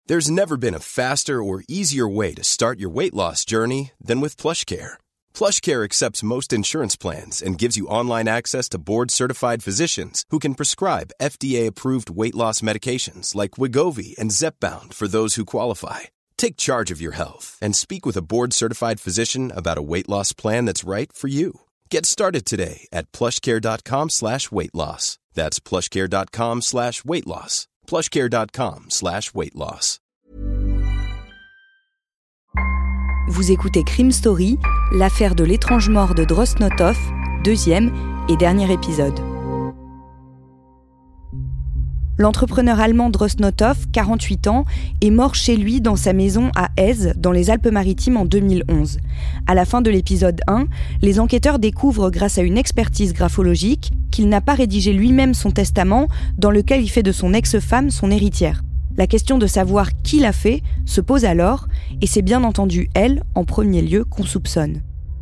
There's never been a faster or easier way to start your weight loss journey than with PlushCare. PlushCare accepts most insurance plans and gives you online access to board-certified physicians who can prescribe FDA-approved weight loss medications like Wegovy and Zepbound for those who qualify. Take charge of your health and speak with a board-certified physician about a weight loss plan that's right for you. Get started today at plushcare.com/weight loss. That's plushcare.com/weight loss. plushcare.com/weight loss. Vous écoutez Crime Story, l'affaire de l'étrange mort de Drosnotov, 2e et dernier épisode. L'entrepreneur allemand Drosnotov, 48 ans, est mort chez lui dans sa maison à Èze, dans les Alpes-Maritimes en 2011. À la fin de l'épisode 1, les enquêteurs découvrent grâce à une expertise graphologique qu'il n'a pas rédigé lui-même son testament dans lequel il fait de son ex-femme son héritière. La question de savoir qui l'a fait se pose alors, et c'est bien entendu elle, en premier lieu, qu'on soupçonne.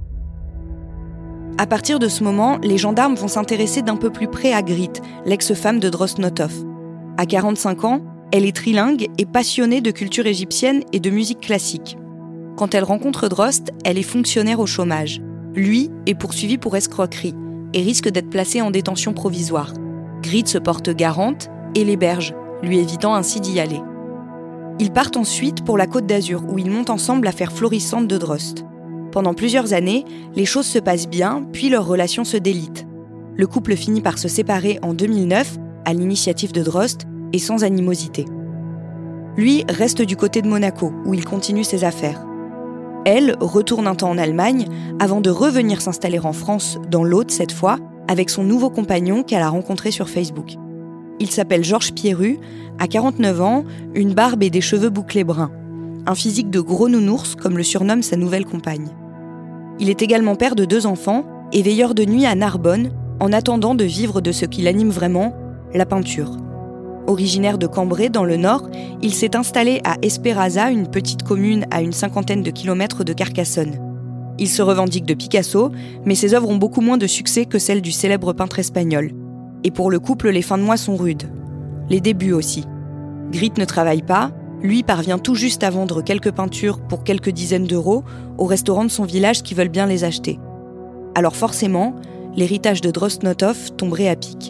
À partir de ce moment, les gendarmes vont s'intéresser d'un peu plus près à Grit, l'ex-femme de Drosnotov. À 45 ans, elle est trilingue et passionnée de culture égyptienne et de musique classique. Quand elle rencontre Drost, elle est fonctionnaire au chômage. Lui est poursuivi pour escroquerie et risque d'être placé en détention provisoire. Grit se porte garante et l'héberge, lui évitant ainsi d'y aller. Ils partent ensuite pour la Côte d'Azur où ils montent ensemble l'affaire florissante de Drost. Pendant plusieurs années, les choses se passent bien, puis leur relation se délite. Le couple finit par se séparer en 2009, à l'initiative de Drost, et sans animosité. Lui reste du côté de Monaco, où il continue ses affaires. Elle retourne un temps en Allemagne, avant de revenir s'installer en France, dans l'Aude cette fois, avec son nouveau compagnon qu'elle a rencontré sur Facebook. Il s'appelle Georges Pierru, a 49 ans, une barbe et des cheveux bouclés bruns. Un physique de gros nounours, comme le surnomme sa nouvelle compagne. Il est également père de 2 enfants et veilleur de nuit à Narbonne, en attendant de vivre de ce qui l'anime vraiment, la peinture. Originaire de Cambrai, dans le Nord, il s'est installé à Esperanza, une petite commune à une 50aine de kilomètres de Carcassonne. Il se revendique de Picasso, mais ses œuvres ont beaucoup moins de succès que celles du célèbre peintre espagnol. Et pour le couple, les fins de mois sont rudes. Les débuts aussi. Grit ne travaille pas, lui parvient tout juste à vendre quelques peintures pour quelques dizaines d'euros aux restaurants de son village qui veulent bien les acheter. Alors forcément, l'héritage de Drosnotov tomberait à pic.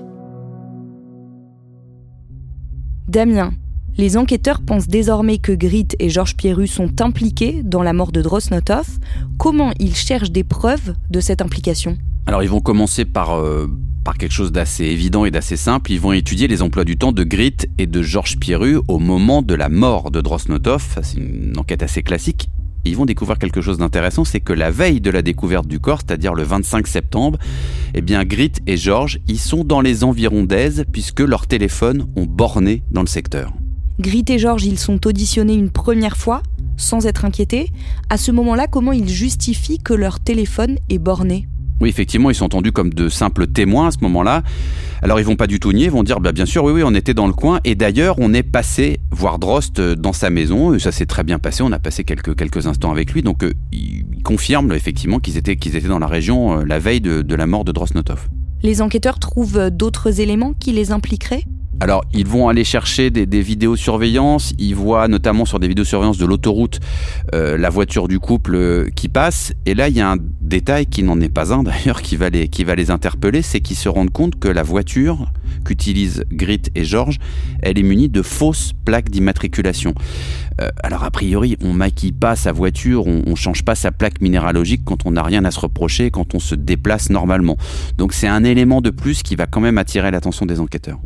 Damien, les enquêteurs pensent désormais que Grit et Georges Pierru sont impliqués dans la mort de Drosnotov. Comment ils cherchent des preuves de cette implication ? Alors ils vont commencer par quelque chose d'assez évident et d'assez simple. Ils vont étudier les emplois du temps de Grit et de Georges Pierru au moment de la mort de Drosnotov. C'est une enquête assez classique. Et ils vont découvrir quelque chose d'intéressant, c'est que la veille de la découverte du corps, c'est-à-dire le 25 septembre, eh bien Grit et Georges, ils sont dans les environs d'Èze puisque leurs téléphones ont borné dans le secteur. Grit et Georges, ils sont auditionnés une première fois, sans être inquiétés. À ce moment-là, comment ils justifient que leur téléphone est borné ? Oui, effectivement, ils sont entendus comme de simples témoins à ce moment-là. Alors, ils vont pas du tout nier, ils vont dire, bien sûr, oui, on était dans le coin. Et d'ailleurs, on est passé voir Drost dans sa maison. Et ça s'est très bien passé, on a passé quelques instants avec lui. Donc, ils confirment effectivement qu'ils étaient dans la région la veille de la mort de Drosnotov. Les enquêteurs trouvent d'autres éléments qui les impliqueraient ? Alors, ils vont aller chercher des vidéosurveillances. Ils voient notamment sur des vidéosurveillances de l'autoroute la voiture du couple qui passe. Et là, il y a un détail qui n'en est pas un d'ailleurs, qui va les interpeller, c'est qu'ils se rendent compte que la voiture qu'utilisent Grit et Georges, elle est munie de fausses plaques d'immatriculation. Alors, a priori, on maquille pas sa voiture, on change pas sa plaque minéralogique quand on n'a rien à se reprocher, quand on se déplace normalement. Donc, c'est un élément de plus qui va quand même attirer l'attention des enquêteurs.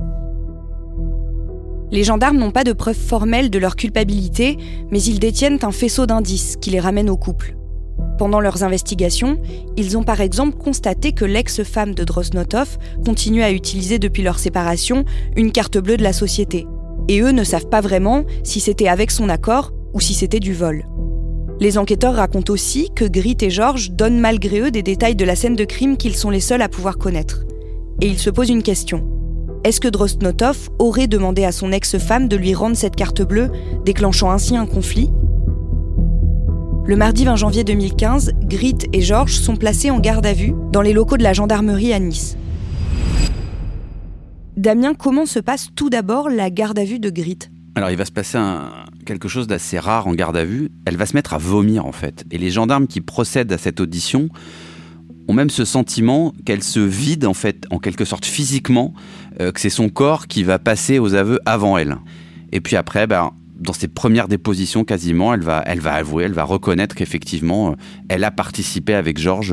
Les gendarmes n'ont pas de preuves formelles de leur culpabilité, mais ils détiennent un faisceau d'indices qui les ramènent au couple. Pendant leurs investigations, ils ont par exemple constaté que l'ex-femme de Drosnotov continue à utiliser depuis leur séparation une carte bleue de la société. Et eux ne savent pas vraiment si c'était avec son accord ou si c'était du vol. Les enquêteurs racontent aussi que Grit et Georges donnent malgré eux des détails de la scène de crime qu'ils sont les seuls à pouvoir connaître. Et ils se posent une question. Est-ce que Drosnotov aurait demandé à son ex-femme de lui rendre cette carte bleue, déclenchant ainsi un conflit ? Le mardi 20 janvier 2015, Grit et Georges sont placés en garde à vue dans les locaux de la gendarmerie à Nice. Damien, comment se passe tout d'abord la garde à vue de Grit ? Alors il va se passer quelque chose d'assez rare en garde à vue. Elle va se mettre à vomir en fait. Et les gendarmes qui procèdent à cette audition ont même ce sentiment qu'elle se vide en fait, en quelque sorte physiquement, que c'est son corps qui va passer aux aveux avant elle. Et puis après, dans ses premières dépositions quasiment, elle va avouer, elle va reconnaître qu'effectivement, elle a participé avec Georges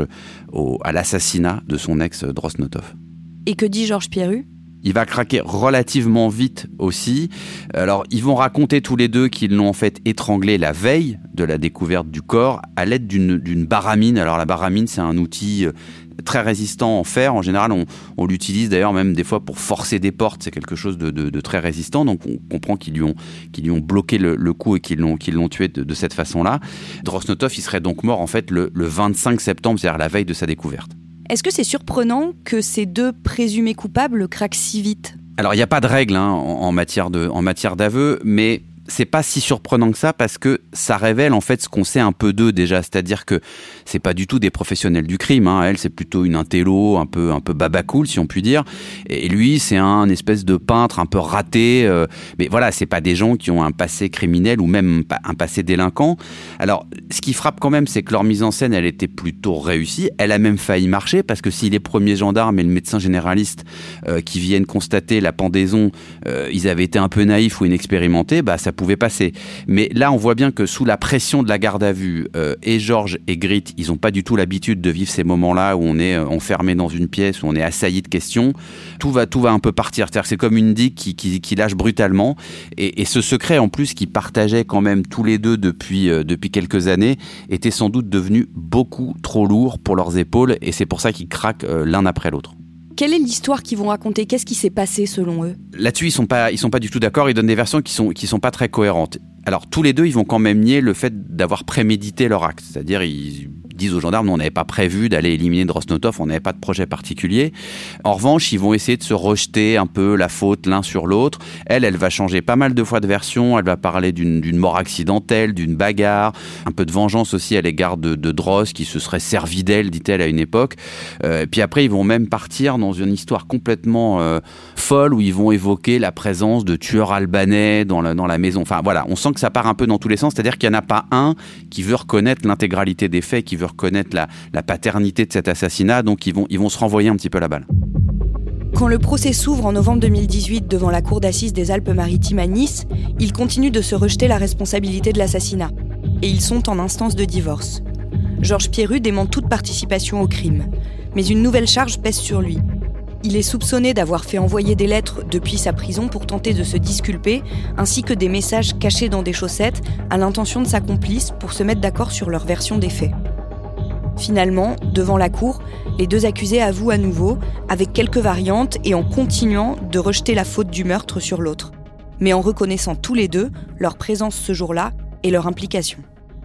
à l'assassinat de son ex Drosnotov. Et que dit Georges Pierru ? Il va craquer relativement vite aussi. Alors, ils vont raconter tous les deux qu'ils l'ont en fait étranglé la veille de la découverte du corps à l'aide d'une baramine. Alors, la baramine, c'est un outil très résistant en fer. En général, on l'utilise d'ailleurs même des fois pour forcer des portes. C'est quelque chose de très résistant. Donc, on comprend qu'ils lui ont bloqué le cou et qu'ils l'ont tué de cette façon-là. Drosnotov, il serait donc mort en fait le 25 septembre, c'est-à-dire la veille de sa découverte. Est-ce que c'est surprenant que ces deux présumés coupables craquent si vite ? Alors, il n'y a pas de règle en matière d'aveu, mais c'est pas si surprenant que ça parce que ça révèle en fait ce qu'on sait un peu d'eux déjà, c'est-à-dire que c'est pas du tout des professionnels du crime, Elle, c'est plutôt une intello, un peu babacool si on peut dire, et lui c'est un espèce de peintre un peu raté, mais voilà, c'est pas des gens qui ont un passé criminel ou même un passé délinquant. Alors, ce qui frappe quand même, c'est que leur mise en scène, elle était plutôt réussie, elle a même failli marcher parce que si les premiers gendarmes et le médecin généraliste qui viennent constater la pendaison, ils avaient été un peu naïfs ou inexpérimentés, ça pouvait passer. Mais là, on voit bien que sous la pression de la garde à vue, et Georges et Grit, ils n'ont pas du tout l'habitude de vivre ces moments-là où on est enfermé dans une pièce, où on est assailli de questions. Tout va un peu partir. C'est-à-dire que c'est comme une digue qui lâche brutalement. Et ce secret, en plus, qu'ils partageaient quand même tous les deux depuis quelques années, était sans doute devenu beaucoup trop lourd pour leurs épaules. Et c'est pour ça qu'ils craquent l'un après l'autre. Quelle est l'histoire qu'ils vont raconter ? Qu'est-ce qui s'est passé selon eux ? Là-dessus, ils sont pas du tout d'accord. Ils donnent des versions qui sont pas très cohérentes. Alors, tous les deux, ils vont quand même nier le fait d'avoir prémédité leur acte. C'est-à-dire, ils disent aux gendarmes, on n'avait pas prévu d'aller éliminer Drosnotov, on n'avait pas de projet particulier. En revanche, ils vont essayer de se rejeter un peu la faute l'un sur l'autre. Elle va changer pas mal de fois de version. Elle va parler d'une mort accidentelle, d'une bagarre, un peu de vengeance aussi à l'égard de Dross, qui se serait servi d'elle, dit-elle, à une époque. Puis après, ils vont même partir dans une histoire complètement folle où ils vont évoquer la présence de tueurs albanais dans la maison. Enfin, voilà, on sent que ça part un peu dans tous les sens. C'est-à-dire qu'il n'y en a pas un qui veut reconnaître l'intégralité des faits, qui veut reconnaître la paternité de cet assassinat, donc ils vont se renvoyer un petit peu la balle. Quand le procès s'ouvre en novembre 2018 devant la cour d'assises des Alpes-Maritimes à Nice, ils continuent de se rejeter la responsabilité de l'assassinat. Et ils sont en instance de divorce. Georges Pierru dément toute participation au crime. Mais une nouvelle charge pèse sur lui. Il est soupçonné d'avoir fait envoyer des lettres depuis sa prison pour tenter de se disculper, ainsi que des messages cachés dans des chaussettes à l'intention de sa complice pour se mettre d'accord sur leur version des faits. Finalement, devant la cour, les deux accusés avouent à nouveau, avec quelques variantes et en continuant de rejeter la faute du meurtre sur l'autre, mais en reconnaissant tous les deux leur présence ce jour-là et leur implication.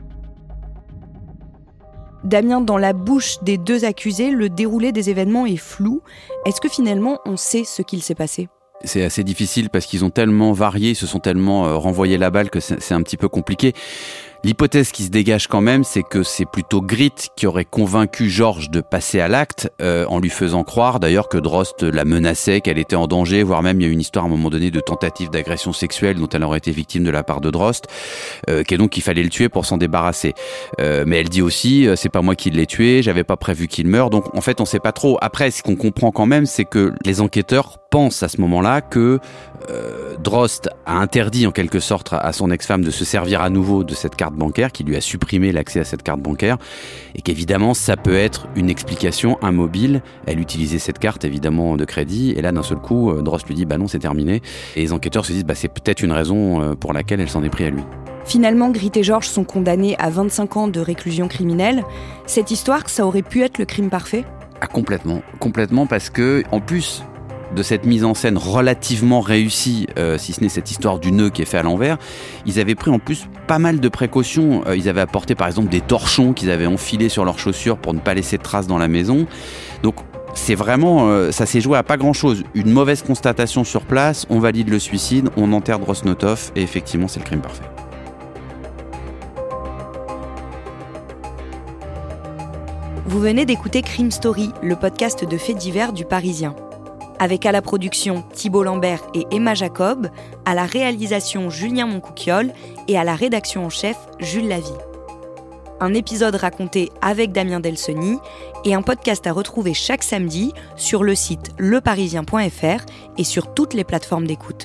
Damien, dans la bouche des deux accusés, le déroulé des événements est flou. Est-ce que finalement, on sait ce qu'il s'est passé ? C'est assez difficile parce qu'ils ont tellement varié, ils se sont tellement renvoyé la balle que c'est un petit peu compliqué. L'hypothèse qui se dégage quand même, c'est que c'est plutôt Grit qui aurait convaincu Georges de passer à l'acte, en lui faisant croire d'ailleurs que Drost la menaçait, qu'elle était en danger, voire même il y a eu une histoire à un moment donné de tentative d'agression sexuelle dont elle aurait été victime de la part de Drost, et donc il fallait le tuer pour s'en débarrasser. Mais elle dit aussi, c'est pas moi qui l'ai tué, j'avais pas prévu qu'il meure, donc en fait on sait pas trop. Après, ce qu'on comprend quand même, c'est que les enquêteurs pensent à ce moment-là que Drost a interdit en quelque sorte à son ex-femme de se servir à nouveau de cette carte bancaire, qui lui a supprimé l'accès à cette carte bancaire, et qu'évidemment ça peut être une explication, un mobile. Elle utilisait cette carte évidemment de crédit, et là d'un seul coup Drost lui dit non, c'est terminé, et les enquêteurs se disent c'est peut-être une raison pour laquelle elle s'en est pris à lui. Finalement, Grit et Georges sont condamnés à 25 ans de réclusion criminelle. Cette histoire, ça aurait pu être le crime parfait ? Complètement, parce que en plus de cette mise en scène relativement réussie, si ce n'est cette histoire du nœud qui est fait à l'envers, ils avaient pris en plus pas mal de précautions. Ils avaient apporté par exemple des torchons qu'ils avaient enfilés sur leurs chaussures pour ne pas laisser de traces dans la maison. Donc c'est vraiment, ça s'est joué à pas grand-chose. Une mauvaise constatation sur place, on valide le suicide, on enterre Drosnotov, et effectivement c'est le crime parfait. Vous venez d'écouter Crime Story, le podcast de faits divers du Parisien. avec à la production Thibault Lambert et Emma Jacob, à la réalisation Julien Moncouquiol et à la rédaction en chef Jules Lavie. Un épisode raconté avec Damien Delseny et un podcast à retrouver chaque samedi sur le site leparisien.fr et sur toutes les plateformes d'écoute.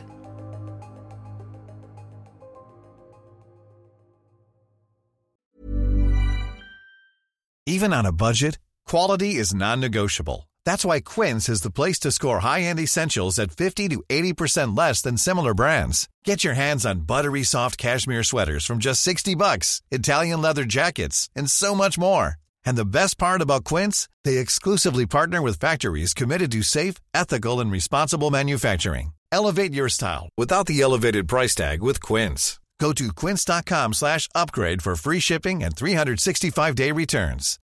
Even on a budget, quality is non-negotiable. That's why Quince is the place to score high-end essentials at 50 to 80% less than similar brands. Get your hands on buttery soft cashmere sweaters from just $60, Italian leather jackets, and so much more. And the best part about Quince, they exclusively partner with factories committed to safe, ethical, and responsible manufacturing. Elevate your style without the elevated price tag with Quince. Go to quince.com/upgrade for free shipping and 365-day returns.